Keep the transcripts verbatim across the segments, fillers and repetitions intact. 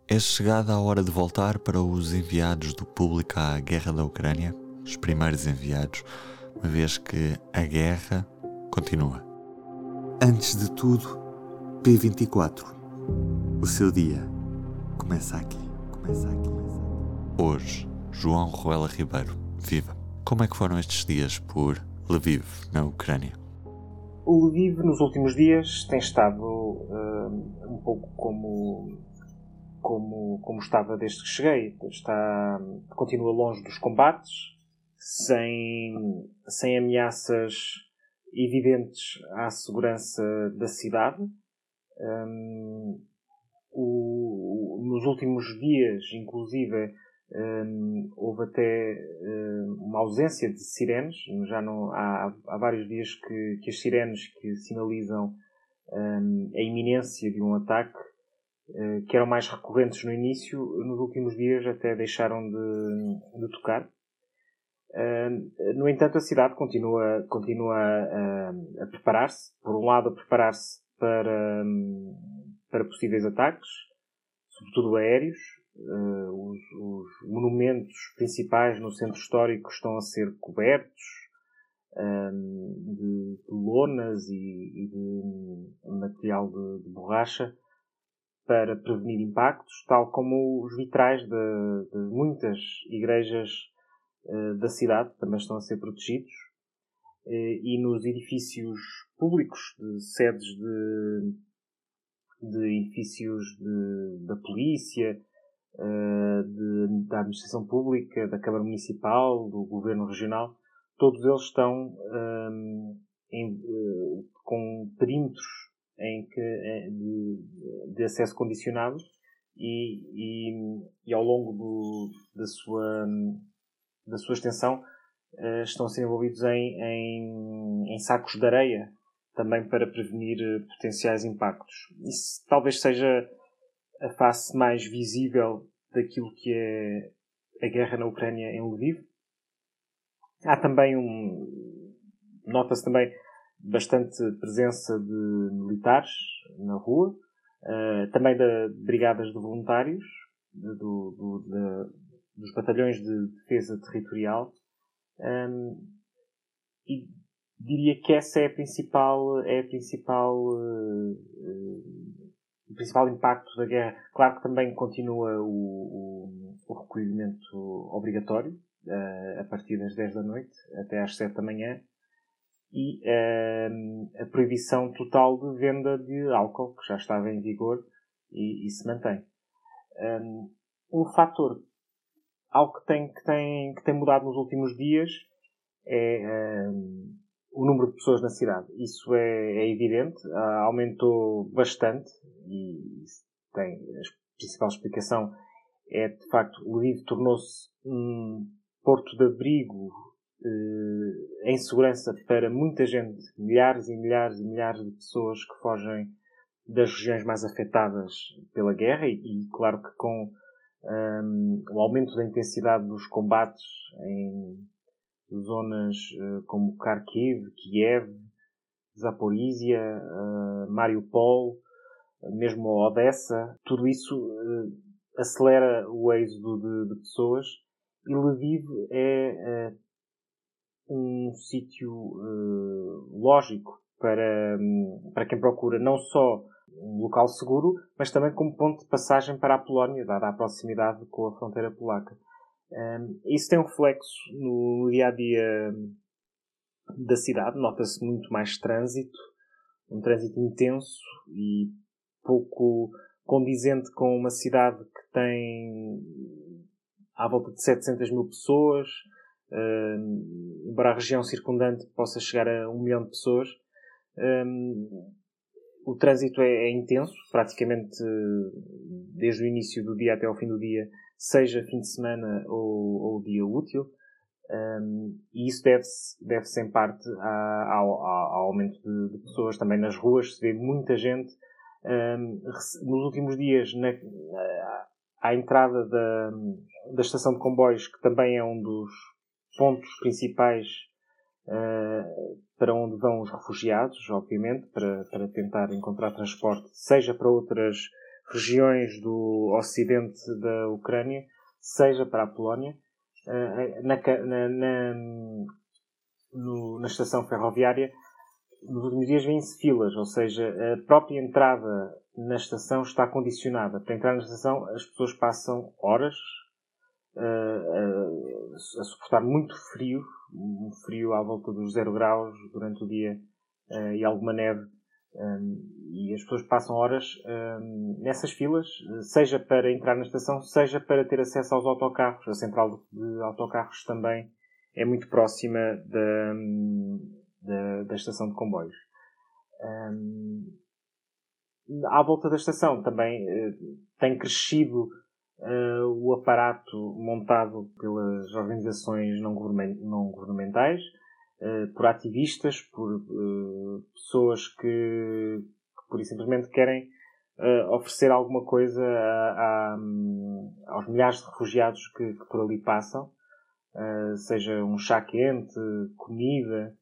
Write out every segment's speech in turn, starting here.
É chegada a hora de voltar para os enviados do público à guerra da Ucrânia, os primeiros enviados, uma vez que a guerra continua. Antes de tudo, P vinte e quatro. O seu dia começa aqui, começa aqui, começa aqui. Hoje, João Ruela Ribeiro, viva. Como é que foram estes dias por Lviv, na Ucrânia? O Lviv, nos últimos dias, tem estado uh, um pouco como, como, como estava desde que cheguei. Está, continua longe dos combates, sem, sem ameaças evidentes à segurança da cidade. Um, o, nos últimos dias, inclusive, um, houve até um, uma ausência de sirenes. Já não, há, há vários dias que, que as sirenes que sinalizam um, a iminência de um ataque, uh, que eram mais recorrentes no início, nos últimos dias até deixaram de, de tocar. Uh, no entanto, a cidade continua, continua a, a preparar-se. Por um lado, a preparar-se para, para possíveis ataques, sobretudo aéreos. Uh, os, os monumentos principais no centro histórico estão a ser cobertos um, de, de lonas e, e de material de, de borracha para prevenir impactos, tal como os vitrais de, de muitas igrejas uh, da cidade também estão a ser protegidos. Uh, e nos edifícios públicos, de sedes de, de edifícios de, da polícia, De, da administração pública, da Câmara Municipal, do Governo Regional, todos eles estão um, em, uh, com perímetros em que, de, de acesso condicionado e, e, e ao longo do, da, sua, da sua extensão uh, estão a ser envolvidos em, em, em sacos de areia, também para prevenir uh, potenciais impactos. Isso talvez seja a face mais visível daquilo que é a guerra na Ucrânia em Lviv. Há também um... Nota-se também bastante presença de militares na rua, uh, também de brigadas de voluntários, de, do, do, de, dos batalhões de defesa territorial. Um, e diria que essa é a principal... É a principal uh, uh, o principal impacto da guerra. Claro que também continua o, o, o recolhimento obrigatório, uh, a partir das dez da noite até às sete da manhã, e uh, a proibição total de venda de álcool, que já estava em vigor e, e se mantém. Um, um fator, algo que tem, que, tem, que tem mudado nos últimos dias é um, o número de pessoas na cidade. Isso é, é evidente, uh, aumentou bastante e tem, a principal explicação é, de facto, o Lviv tornou-se um porto de abrigo uh, em segurança para muita gente, milhares e milhares e milhares de pessoas que fogem das regiões mais afetadas pela guerra e, e claro que com um, o aumento da intensidade dos combates em zonas uh, como Kharkiv, Kiev, Zaporizhia, uh, Mariupol, mesmo Odessa, tudo isso uh, acelera o êxodo de, de pessoas e Lviv é uh, um sítio uh, lógico para, um, para quem procura não só um local seguro, mas também como ponto de passagem para a Polónia, dada a proximidade com a fronteira polaca. Um, isso tem um reflexo no dia-a-dia da cidade. Nota-se muito mais trânsito, um trânsito intenso e pouco condizente com uma cidade que tem à volta de setecentas mil pessoas, um, embora a região circundante possa chegar a um milhão de pessoas. Um, o trânsito é, é intenso, praticamente desde o início do dia até ao fim do dia, seja fim de semana ou, ou dia útil. Um, e isso deve-se, deve-se em parte ao, ao, ao aumento de, de pessoas também nas ruas. Se vê muita gente um, nos últimos dias na, à entrada da, da estação de comboios, que também é um dos pontos principais uh, para onde vão os refugiados, obviamente, para, para tentar encontrar transporte, seja para outras regiões do ocidente da Ucrânia, seja para a Polónia, na, na, na, no, na estação ferroviária, nos últimos dias vêm-se filas, ou seja, a própria entrada na estação está condicionada. Para entrar na estação, as pessoas passam horas uh, uh, a suportar muito frio, um frio à volta dos zero graus durante o dia uh, e alguma neve. Um, e as pessoas passam horas um, nessas filas, seja para entrar na estação, seja para ter acesso aos autocarros. A central de autocarros também é muito próxima da, da, da estação de comboios. Um, à volta da estação também uh, tem crescido uh, o aparato montado pelas organizações não, governament, não governamentais, uh, por ativistas, por uh, pessoas que, que pura e simplesmente querem uh, oferecer alguma coisa a, a, aos milhares de refugiados que, que por ali passam, uh, seja um chá quente, comida.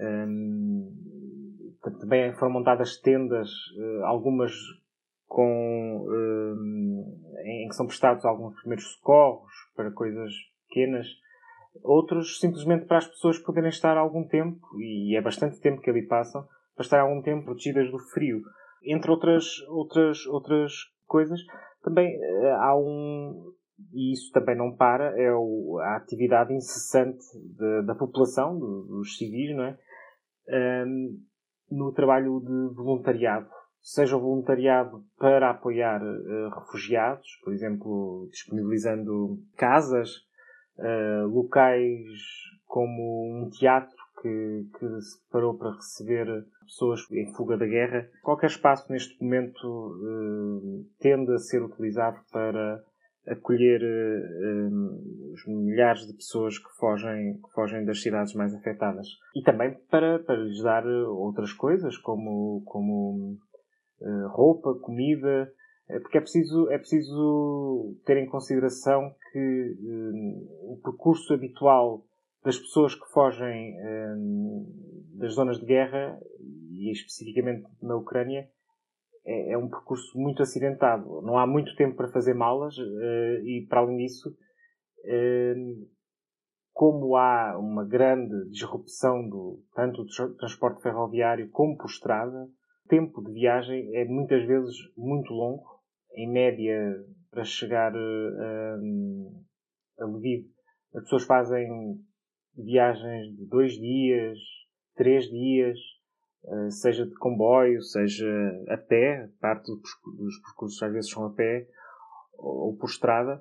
Um, também foram montadas tendas, uh, algumas com, uh, em que são prestados alguns primeiros socorros para coisas pequenas, outros simplesmente para as pessoas poderem estar algum tempo, e é bastante tempo que ali passam, para estar algum tempo protegidas do frio. Entre outras, outras, outras coisas, também uh, há um, e isso também não para, é o, a atividade incessante de, da população, dos, dos civis, não é? Um, no trabalho de voluntariado, seja o voluntariado para apoiar uh, refugiados, por exemplo, disponibilizando casas, uh, locais como um teatro que, que se preparou para receber pessoas em fuga da guerra. Qualquer espaço neste momento uh, tende a ser utilizado para acolher uh, os milhares de pessoas que fogem, que fogem das cidades mais afetadas. E também para, para lhes dar outras coisas, como, como uh, roupa, comida, porque é preciso, é preciso ter em consideração que uh, o percurso habitual das pessoas que fogem uh, das zonas de guerra, e especificamente na Ucrânia, é um percurso muito acidentado. Não há muito tempo para fazer malas e, para além disso, como há uma grande disrupção do, tanto do transporte ferroviário como por estrada, o tempo de viagem é muitas vezes muito longo. Em média, para chegar a, a Lviv, as pessoas fazem viagens de dois dias, três dias, seja de comboio, seja a pé, parte dos percursos às vezes são a pé, ou por estrada.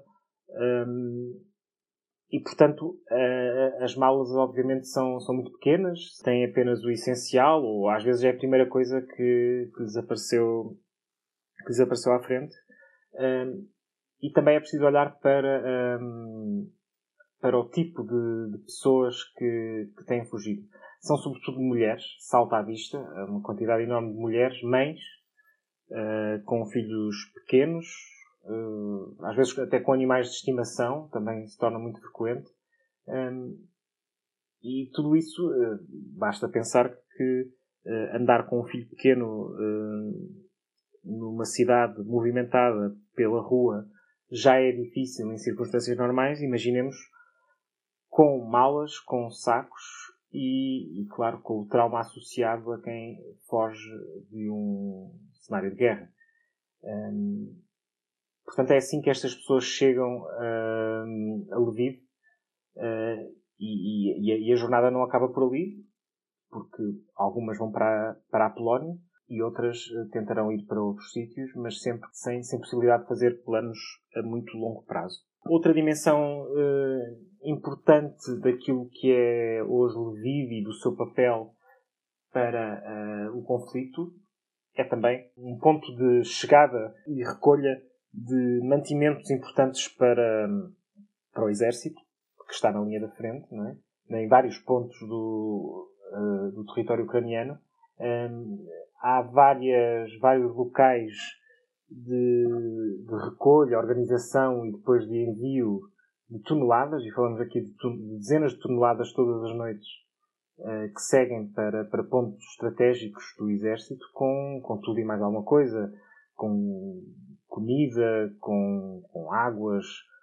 E, portanto, as malas obviamente são, são muito pequenas, têm apenas o essencial, ou às vezes é a primeira coisa que, que, lhes, apareceu, que lhes apareceu à frente. E também é preciso olhar para, para o tipo de, de pessoas que, que têm fugido. São sobretudo mulheres, salta à vista, uma quantidade enorme de mulheres, mães, uh, com filhos pequenos, uh, às vezes até com animais de estimação, também se torna muito frequente. Um, e tudo isso, uh, basta pensar que uh, andar com um filho pequeno uh, numa cidade movimentada pela rua já é difícil em circunstâncias normais. Imaginemos com malas, com sacos, E, e, claro, com o trauma associado a quem foge de um cenário de guerra. Um, portanto, é assim que estas pessoas chegam um, a Lviv, uh, e, e, a, e a jornada não acaba por ali, porque algumas vão para, para a Polónia e outras tentarão ir para outros sítios, mas sempre sem, sem possibilidade de fazer planos a muito longo prazo. Outra dimensão uh, importante daquilo que é hoje Lviv e do seu papel para uh, o conflito é também um ponto de chegada e recolha de mantimentos importantes para, para o exército, que está na linha da frente, não é? Em vários pontos do, uh, do território ucraniano. Um, há várias, vários locais De, de recolha, organização e depois de envio de toneladas, e falamos aqui de, ton- de dezenas de toneladas todas as noites, uh, que seguem para, para pontos estratégicos do exército com, com tudo e mais alguma coisa, com comida, com, com águas,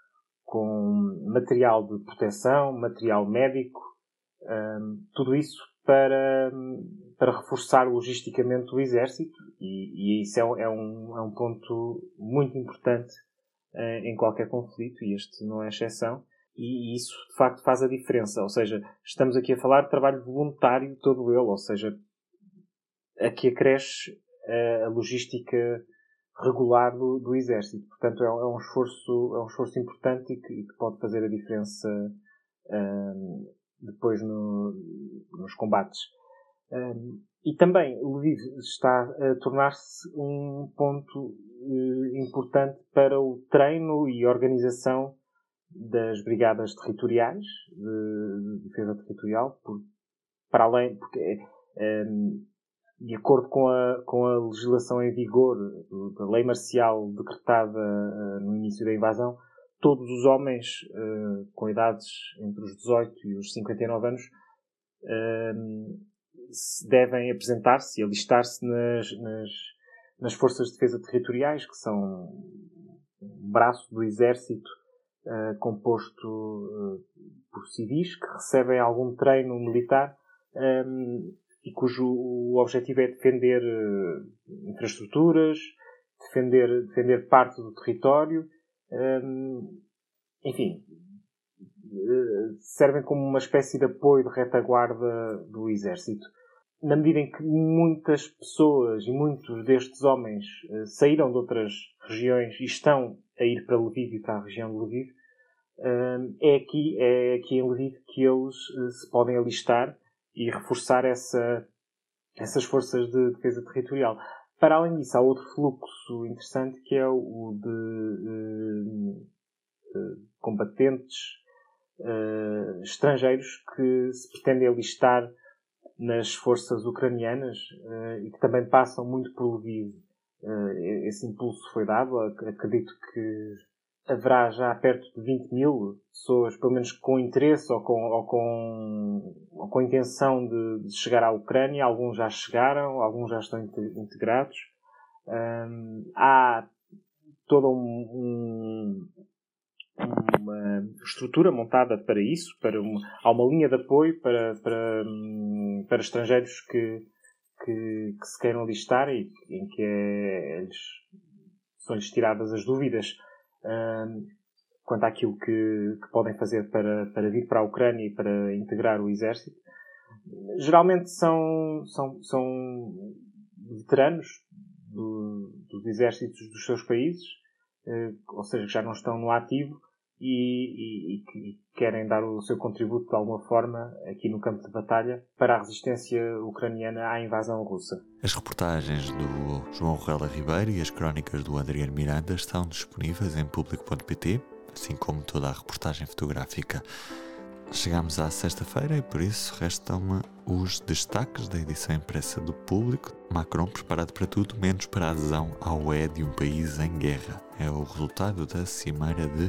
com material de proteção, material médico, um, tudo isso para, para reforçar logisticamente o exército, e, e isso é, é, um, é um ponto muito importante uh, em qualquer conflito, e este não é exceção, e, e isso de facto faz a diferença. Ou seja, estamos aqui a falar de trabalho voluntário todo ele, ou seja, aqui acresce uh, a logística regular do, do exército. Portanto, é, é, um esforço, é um esforço importante e que, e que pode fazer a diferença um, depois no, nos combates. Um, e também Lviv está a tornar-se um ponto uh, importante para o treino e organização das brigadas territoriais, de, de defesa territorial, por, para além, porque um, de acordo com a, com a legislação em vigor da lei marcial decretada uh, no início da invasão, todos os homens uh, com idades entre os dezoito e os cinquenta e nove anos uh, devem apresentar-se e alistar-se nas, nas, nas forças de defesa territoriais, que são um braço do exército uh, composto uh, por civis que recebem algum treino militar um, e cujo objetivo é defender uh, infraestruturas, defender, defender parte do território. Um, enfim, uh, servem como uma espécie de apoio de retaguarda do exército. Na medida em que muitas pessoas e muitos destes homens uh, saíram de outras regiões e estão a ir para Lviv e para a região de Lviv, uh, é, aqui, é aqui em Lviv que eles uh, se podem alistar e reforçar essa, essas forças de defesa territorial. Para além disso, há outro fluxo interessante que é o de uh, uh, combatentes uh, estrangeiros que se pretendem alistar nas forças ucranianas uh, e que também passam muito por Lviv. Uh, esse impulso foi dado. Acredito que haverá já perto de vinte mil pessoas, pelo menos com interesse ou com, ou com, ou com intenção de, de chegar à Ucrânia. Alguns já chegaram, alguns já estão integrados. Um, há toda um, um, uma estrutura montada para isso. Para uma, há uma linha de apoio para, para, para estrangeiros que, que, que se queiram alistar e em que é, eles, são-lhes tiradas as dúvidas Um, quanto àquilo que, que podem fazer para, para vir para a Ucrânia e para integrar o exército. Geralmente são, são, são veteranos do, dos exércitos dos seus países, uh, ou seja, que já não estão no ativo e, e, e que querem dar o seu contributo de alguma forma aqui no campo de batalha para a resistência ucraniana à invasão russa. As reportagens do João Rela Ribeiro e as crónicas do Adriano Miranda estão disponíveis em público ponto pt, assim como toda a reportagem fotográfica. Chegamos à sexta-feira e por isso restam-me os destaques da edição impressa do Público. Macron preparado para tudo, menos para a adesão ao E de um país em guerra. É o resultado da cimeira de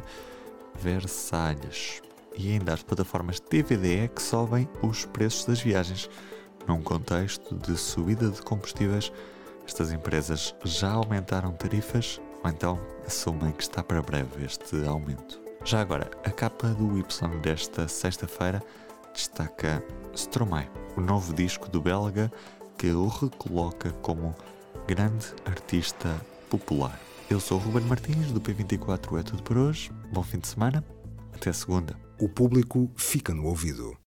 Versalhes. E ainda as plataformas T V D E que sobem os preços das viagens. Num contexto de subida de combustíveis, estas empresas já aumentaram tarifas ou então assumem que está para breve este aumento. Já agora, a capa do Y desta sexta-feira destaca Stromae, o novo disco do belga que o recoloca como grande artista popular. Eu sou o Ruben Martins, do P vinte e quatro é tudo por hoje. Bom fim de semana. Até segunda. O Público fica no ouvido.